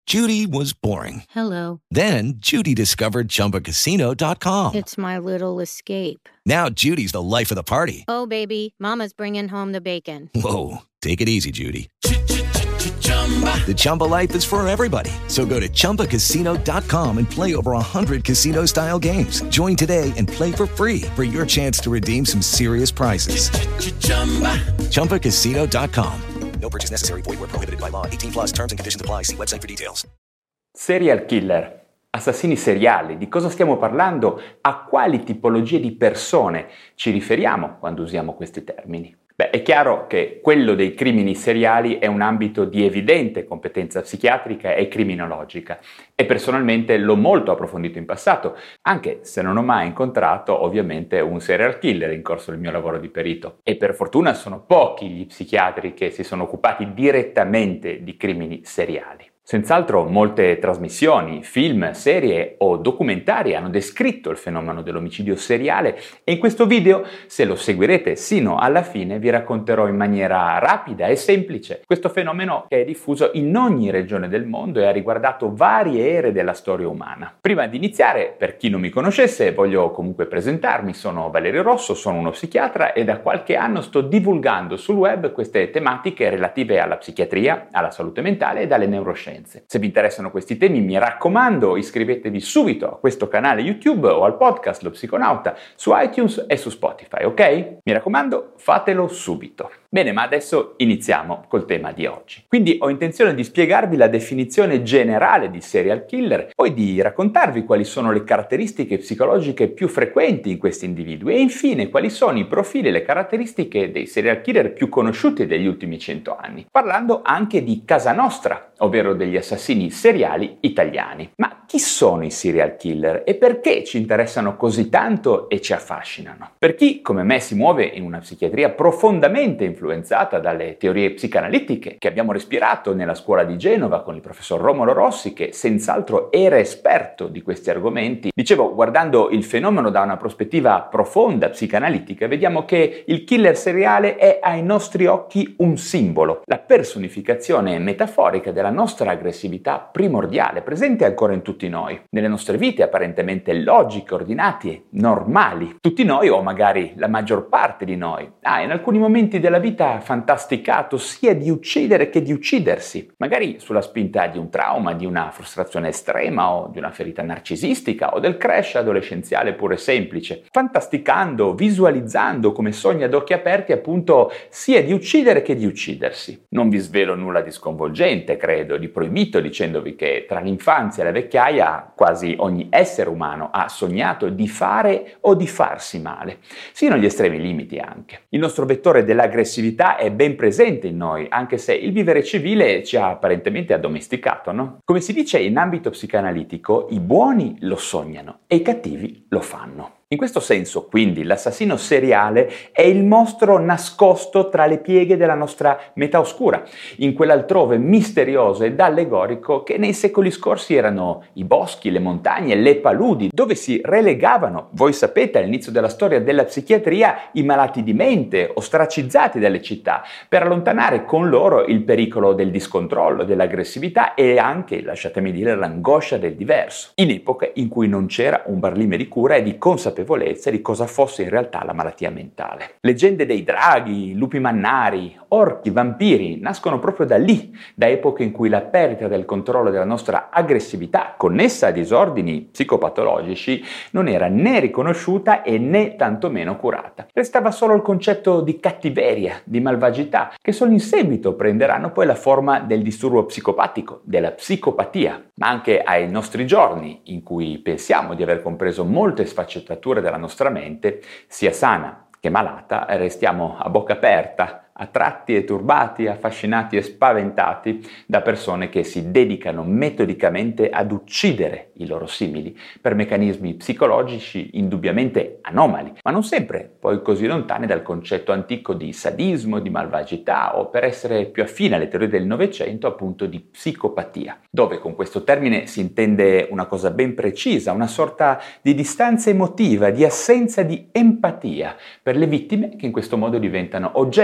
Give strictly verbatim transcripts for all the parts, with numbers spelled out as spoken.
Judy was boring. Hello. Then Judy discovered Chumba Casino dot com. It's my little escape. Now Judy's the life of the party. Oh, baby, mama's bringing home the bacon. Whoa, take it easy, Judy. The Chumba life is for everybody. So go to Chumba Casino dot com and play over one hundred casino-style games. Join today and play for free for your chance to redeem some serious prizes. Chumba Casino dot com. No purchase necessary. Void where prohibited by law. eighteen plus terms and conditions apply. See website for details. Serial killer, assassini seriali, di cosa stiamo parlando? A quali tipologie di persone ci riferiamo quando usiamo questi termini? Beh, è chiaro che quello dei crimini seriali è un ambito di evidente competenza psichiatrica e criminologica e personalmente l'ho molto approfondito in passato, anche se non ho mai incontrato ovviamente un serial killer in corso del mio lavoro di perito. E per fortuna sono pochi gli psichiatri che si sono occupati direttamente di crimini seriali. Senz'altro molte trasmissioni, film, serie o documentari hanno descritto il fenomeno dell'omicidio seriale e in questo video, se lo seguirete sino alla fine, vi racconterò in maniera rapida e semplice questo fenomeno che è diffuso in ogni regione del mondo e ha riguardato varie ere della storia umana. Prima di iniziare, per chi non mi conoscesse, voglio comunque presentarmi. Sono Valerio Rosso, sono uno psichiatra e da qualche anno sto divulgando sul web queste tematiche relative alla psichiatria, alla salute mentale e alle neuroscienze. Se vi interessano questi temi, mi raccomando, iscrivetevi subito a questo canale YouTube o al podcast Lo Psiconauta su iTunes e su Spotify, ok? Mi raccomando, fatelo subito. Bene, ma adesso iniziamo col tema di oggi. Quindi ho intenzione di spiegarvi la definizione generale di serial killer, poi di raccontarvi quali sono le caratteristiche psicologiche più frequenti in questi individui e infine quali sono i profili e le caratteristiche dei serial killer più conosciuti degli ultimi cento anni, parlando anche di Casa Nostra, ovvero degli assassini seriali italiani. Ma chi sono i serial killer e perché ci interessano così tanto e ci affascinano? Per chi, come me, si muove in una psichiatria profondamente influenzata dalle teorie psicanalitiche che abbiamo respirato nella scuola di Genova con il professor Romolo Rossi, che senz'altro era esperto di questi argomenti, dicevo, guardando il fenomeno da una prospettiva profonda psicanalitica, vediamo che il killer seriale è ai nostri occhi un simbolo, la personificazione metaforica della nostra aggressività primordiale, presente ancora in tutti noi, nelle nostre vite apparentemente logiche, ordinate e normali. Tutti noi, o magari la maggior parte di noi, ha in alcuni momenti della vita fantasticato sia di uccidere che di uccidersi, magari sulla spinta di un trauma, di una frustrazione estrema o di una ferita narcisistica o del crash adolescenziale pure semplice, fantasticando, visualizzando come sogni ad occhi aperti appunto sia di uccidere che di uccidersi. Non vi svelo nulla di sconvolgente, credo, di proibito dicendovi che tra l'infanzia e la vecchiaia quasi ogni essere umano ha sognato di fare o di farsi male, sino agli estremi limiti anche. Il nostro vettore dell'aggressività è ben presente in noi, anche se il vivere civile ci ha apparentemente addomesticato, no? Come si dice in ambito psicanalitico, i buoni lo sognano e i cattivi lo fanno. In questo senso, quindi, l'assassino seriale è il mostro nascosto tra le pieghe della nostra metà oscura, in quell'altrove misterioso ed allegorico che nei secoli scorsi erano i boschi, le montagne, le paludi, dove si relegavano, voi sapete, all'inizio della storia della psichiatria, i malati di mente, ostracizzati dalle città, per allontanare con loro il pericolo del discontrollo, dell'aggressività e anche, lasciatemi dire, l'angoscia del diverso, in epoche in cui non c'era un barlume di cura e di consapevolezza di cosa fosse in realtà la malattia mentale. Leggende dei draghi, lupi mannari, orchi, vampiri nascono proprio da lì, da epoche in cui la perdita del controllo della nostra aggressività, connessa a disordini psicopatologici, non era né riconosciuta e né tantomeno curata. Restava solo il concetto di cattiveria, di malvagità, che solo in seguito prenderanno poi la forma del disturbo psicopatico, della psicopatia, ma anche ai nostri giorni, in cui pensiamo di aver compreso molte sfaccettature della nostra mente, sia sana che malata, restiamo a bocca aperta, attratti e turbati, affascinati e spaventati da persone che si dedicano metodicamente ad uccidere i loro simili per meccanismi psicologici indubbiamente anomali, ma non sempre poi così lontani dal concetto antico di sadismo, di malvagità o, per essere più affine alle teorie del Novecento, appunto di psicopatia, dove con questo termine si intende una cosa ben precisa, una sorta di distanza emotiva, di assenza di empatia per le vittime che in questo modo diventano oggetto di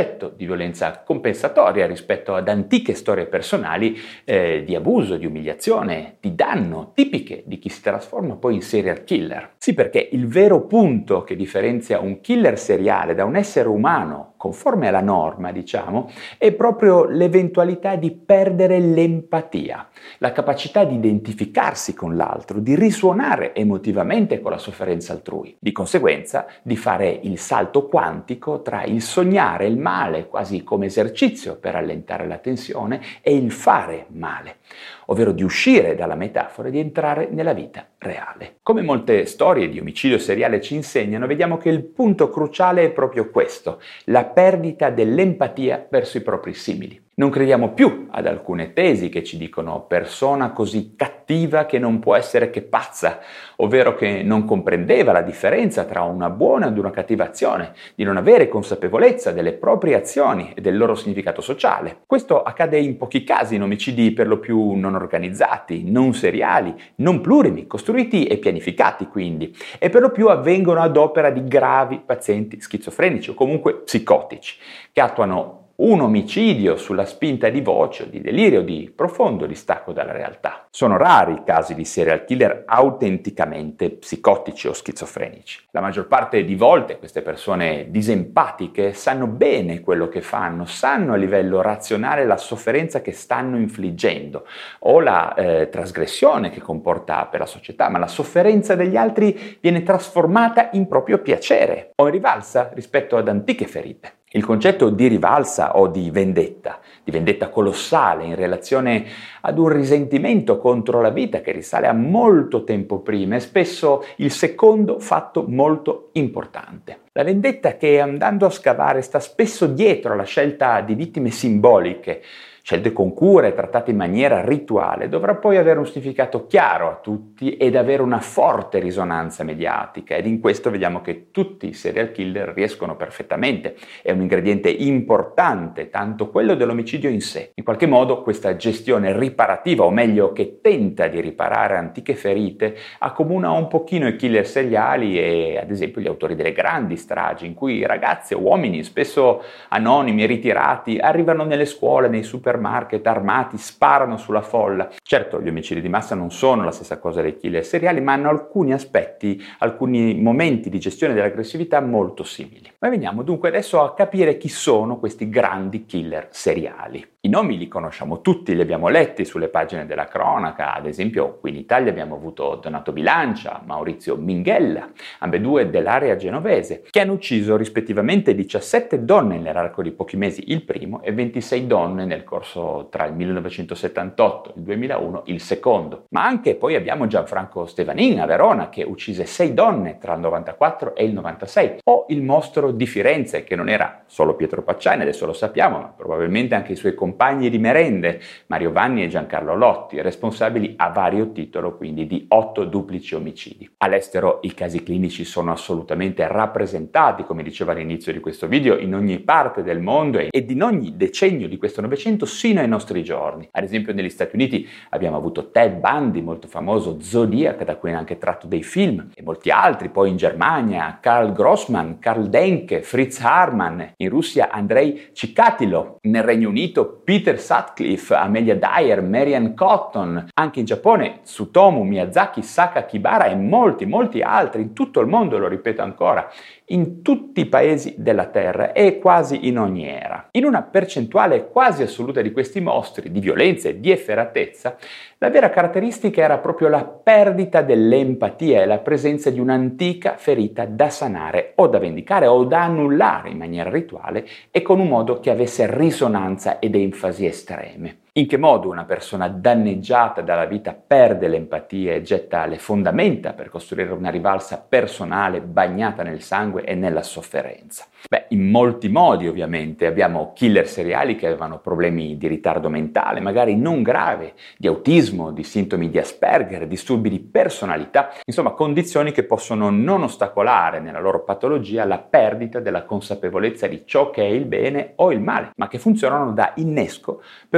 di violenza compensatoria rispetto ad antiche storie personali eh, di abuso, di umiliazione, di danno, tipiche di chi si trasforma poi in serial killer. Sì, perché il vero punto che differenzia un killer seriale da un essere umano conforme alla norma, diciamo, è proprio l'eventualità di perdere l'empatia, la capacità di identificarsi con l'altro, di risuonare emotivamente con la sofferenza altrui, di conseguenza di fare il salto quantico tra il sognare il male quasi come esercizio per allentare la tensione e il fare male, ovvero di uscire dalla metafora e di entrare nella vita reale. Come molte storie di omicidio seriale ci insegnano, vediamo che il punto cruciale è proprio questo, la perdita dell'empatia verso i propri simili. Non crediamo più ad alcune tesi che ci dicono persona così cattiva che non può essere che pazza, ovvero che non comprendeva la differenza tra una buona ed una cattiva azione, di non avere consapevolezza delle proprie azioni e del loro significato sociale. Questo accade in pochi casi in omicidi per lo più non organizzati, non seriali, non plurimi, costruiti e pianificati quindi, e per lo più avvengono ad opera di gravi pazienti schizofrenici o comunque psicotici, che attuano un omicidio sulla spinta di voce o di delirio, di profondo distacco dalla realtà. Sono rari i casi di serial killer autenticamente psicotici o schizofrenici. La maggior parte di volte queste persone disempatiche sanno bene quello che fanno, sanno a livello razionale la sofferenza che stanno infliggendo o la eh, trasgressione che comporta per la società, ma la sofferenza degli altri viene trasformata in proprio piacere o in rivalsa rispetto ad antiche ferite. Il concetto di rivalsa o di vendetta, di vendetta colossale in relazione ad un risentimento contro la vita che risale a molto tempo prima, è spesso il secondo fatto molto importante. La vendetta che, andando a scavare, sta spesso dietro alla scelta di vittime simboliche, scelte con cura e trattate in maniera rituale, dovrà poi avere un significato chiaro a tutti ed avere una forte risonanza mediatica, ed in questo vediamo che tutti i serial killer riescono perfettamente. È un ingrediente importante, tanto quello dell'omicidio in sé. In qualche modo questa gestione riparativa, o meglio che tenta di riparare antiche ferite, accomuna un pochino i killer seriali e ad esempio gli autori delle grandi stragi, in cui ragazzi o uomini, spesso anonimi e ritirati, arrivano nelle scuole, nei supermercati, market armati, sparano sulla folla. Certo, gli omicidi di massa non sono la stessa cosa dei killer seriali, ma hanno alcuni aspetti, alcuni momenti di gestione dell'aggressività molto simili. Ma veniamo dunque adesso a capire chi sono questi grandi killer seriali. I nomi li conosciamo tutti, li abbiamo letti sulle pagine della cronaca, ad esempio qui in Italia abbiamo avuto Donato Bilancia, Maurizio Minghella, ambedue dell'area genovese, che hanno ucciso rispettivamente diciassette donne nell'arco di pochi mesi il primo e ventisei donne nel corso tra il millenovecentosettantotto e il duemilauno il secondo. Ma anche poi abbiamo Gianfranco Stevanin a Verona, che uccise sei donne tra il novantaquattro e il novantasei, o il mostro di Firenze, che non era solo Pietro Pacciani, adesso lo sappiamo, ma probabilmente anche i suoi compagni compagni di merende, Mario Vanni e Giancarlo Lotti, responsabili a vario titolo quindi di otto duplici omicidi. All'estero i casi clinici sono assolutamente rappresentati, come dicevo all'inizio di questo video, in ogni parte del mondo ed in ogni decennio di questo Novecento sino ai nostri giorni. Ad esempio negli Stati Uniti abbiamo avuto Ted Bundy, molto famoso, Zodiac, da cui è anche tratto dei film, e molti altri. Poi in Germania Karl Grossman, Karl Denke, Fritz Harman, in Russia Andrei Chikatilo, nel Regno Unito Peter Sutcliffe, Amelia Dyer, Marianne Cotton, anche in Giappone Tsutomu Miyazaki, Saka Kibara e molti, molti altri, in tutto il mondo, lo ripeto ancora, in tutti i paesi della Terra e quasi in ogni era. In una percentuale quasi assoluta di questi mostri, di violenza e di efferatezza, la vera caratteristica era proprio la perdita dell'empatia e la presenza di un'antica ferita da sanare o da vendicare o da annullare in maniera rituale e con un modo che avesse risonanza ed enfasi estreme. In che modo una persona danneggiata dalla vita perde l'empatia e getta le fondamenta per costruire una rivalsa personale bagnata nel sangue e nella sofferenza? Beh, in molti modi ovviamente. Abbiamo killer seriali che avevano problemi di ritardo mentale, magari non grave, di autismo, di sintomi di Asperger, disturbi di personalità, insomma condizioni che possono non ostacolare nella loro patologia la perdita della consapevolezza di ciò che è il bene o il male, ma che funzionano da innesco per un progetto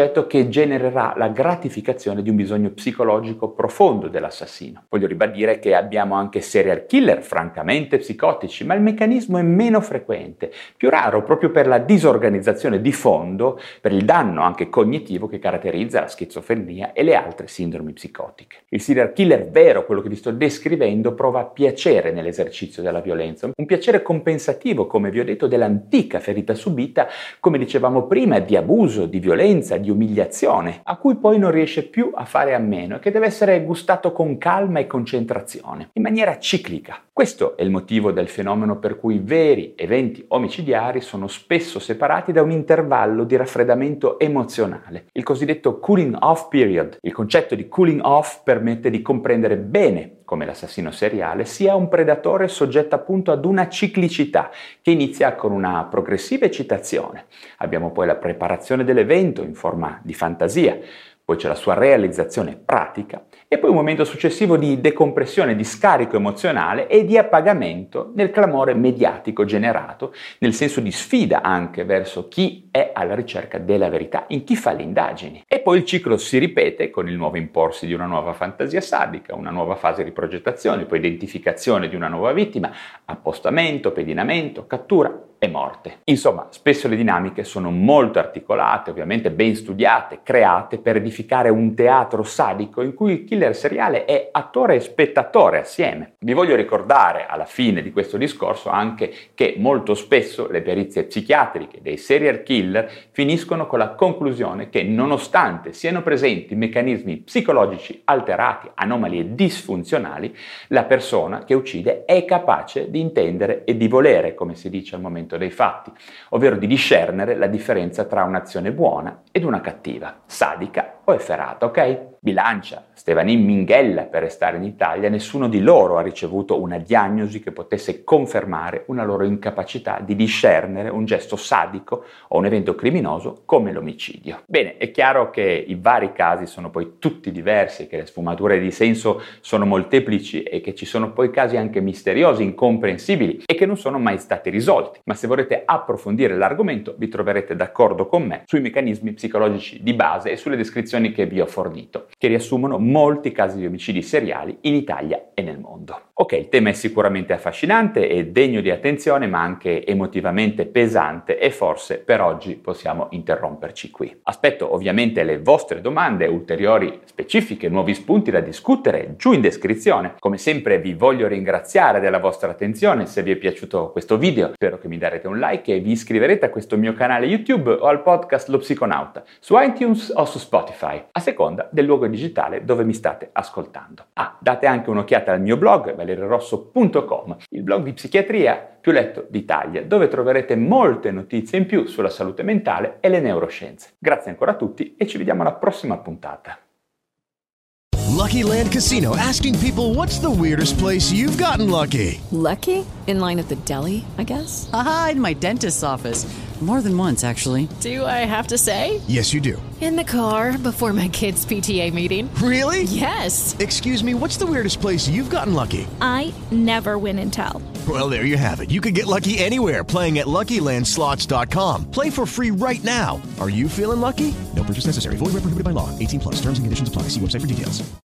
concetto che genererà la gratificazione di un bisogno psicologico profondo dell'assassino. Voglio ribadire che abbiamo anche serial killer francamente psicotici, ma il meccanismo è meno frequente, più raro proprio per la disorganizzazione di fondo, per il danno anche cognitivo che caratterizza la schizofrenia e le altre sindromi psicotiche. Il serial killer vero, quello che vi sto descrivendo, prova piacere nell'esercizio della violenza, un piacere compensativo, come vi ho detto, dell'antica ferita subita, come dicevamo prima, di abuso, di violenza, di umiliazione, a cui poi non riesce più a fare a meno e che deve essere gustato con calma e concentrazione, in maniera ciclica. Questo è il motivo del fenomeno per cui veri eventi omicidiari sono spesso separati da un intervallo di raffreddamento emozionale, il cosiddetto cooling off period. Il concetto di cooling off permette di comprendere bene come l'assassino seriale sia un predatore soggetto appunto ad una ciclicità che inizia con una progressiva eccitazione. Abbiamo poi la preparazione dell'evento in forma di fantasia, poi c'è la sua realizzazione pratica e poi un momento successivo di decompressione, di scarico emozionale e di appagamento nel clamore mediatico generato, nel senso di sfida anche verso chi è alla ricerca della verità, in chi fa le indagini. E poi il ciclo si ripete con il nuovo imporsi di una nuova fantasia sadica, una nuova fase di progettazione, poi identificazione di una nuova vittima, appostamento, pedinamento, cattura e morte. Insomma, spesso le dinamiche sono molto articolate, ovviamente ben studiate, create per edificare un teatro sadico in cui il killer seriale è attore e spettatore assieme. Vi voglio ricordare alla fine di questo discorso anche che molto spesso le perizie psichiatriche dei serial killer finiscono con la conclusione che nonostante siano presenti meccanismi psicologici alterati, anomali e disfunzionali, la persona che uccide è capace di intendere e di volere, come si dice al momento dei fatti, ovvero di discernere la differenza tra un'azione buona ed una cattiva, sadica o efferata, ok? Bilancia, Stevanin, Minghella, per restare in Italia, nessuno di loro ha ricevuto una diagnosi che potesse confermare una loro incapacità di discernere un gesto sadico o un evento criminoso come l'omicidio. Bene, è chiaro che i vari casi sono poi tutti diversi, che le sfumature di senso sono molteplici e che ci sono poi casi anche misteriosi, incomprensibili e che non sono mai stati risolti. Ma se volete approfondire l'argomento vi troverete d'accordo con me sui meccanismi psicologici di base e sulle descrizioni che vi ho fornito, che riassumono molti casi di omicidi seriali in Italia e nel mondo. Ok, il tema è sicuramente affascinante e degno di attenzione, ma anche emotivamente pesante e forse per oggi possiamo interromperci qui. Aspetto ovviamente le vostre domande, ulteriori specifiche, nuovi spunti da discutere giù in descrizione. Come sempre vi voglio ringraziare della vostra attenzione. Se vi è piaciuto questo video spero che mi darete un like e vi iscriverete a questo mio canale YouTube o al podcast Lo Psiconauta su iTunes o su Spotify, a seconda del luogo digitale dove mi state ascoltando. Ah, date anche un'occhiata al mio blog valerio rosso punto com, il blog di psichiatria più letto d'Italia, dove troverete molte notizie in più sulla salute mentale e le neuroscienze. Grazie ancora a tutti e ci vediamo alla prossima puntata. Lucky Land Casino, asking people, what's the weirdest place you've gotten lucky? Lucky? In line at the deli, I guess? Aha, in my dentist's office. More than once, actually. Do I have to say? Yes, you do. In the car before my kids' P T A meeting. Really? Yes. Excuse me, what's the weirdest place you've gotten lucky? I never win and tell. Well, there you have it. You can get lucky anywhere, playing at Lucky Land Slots dot com. Play for free right now. Are you feeling lucky? No purchase necessary. Void where prohibited by law. eighteen plus. Terms and conditions apply. See website for details.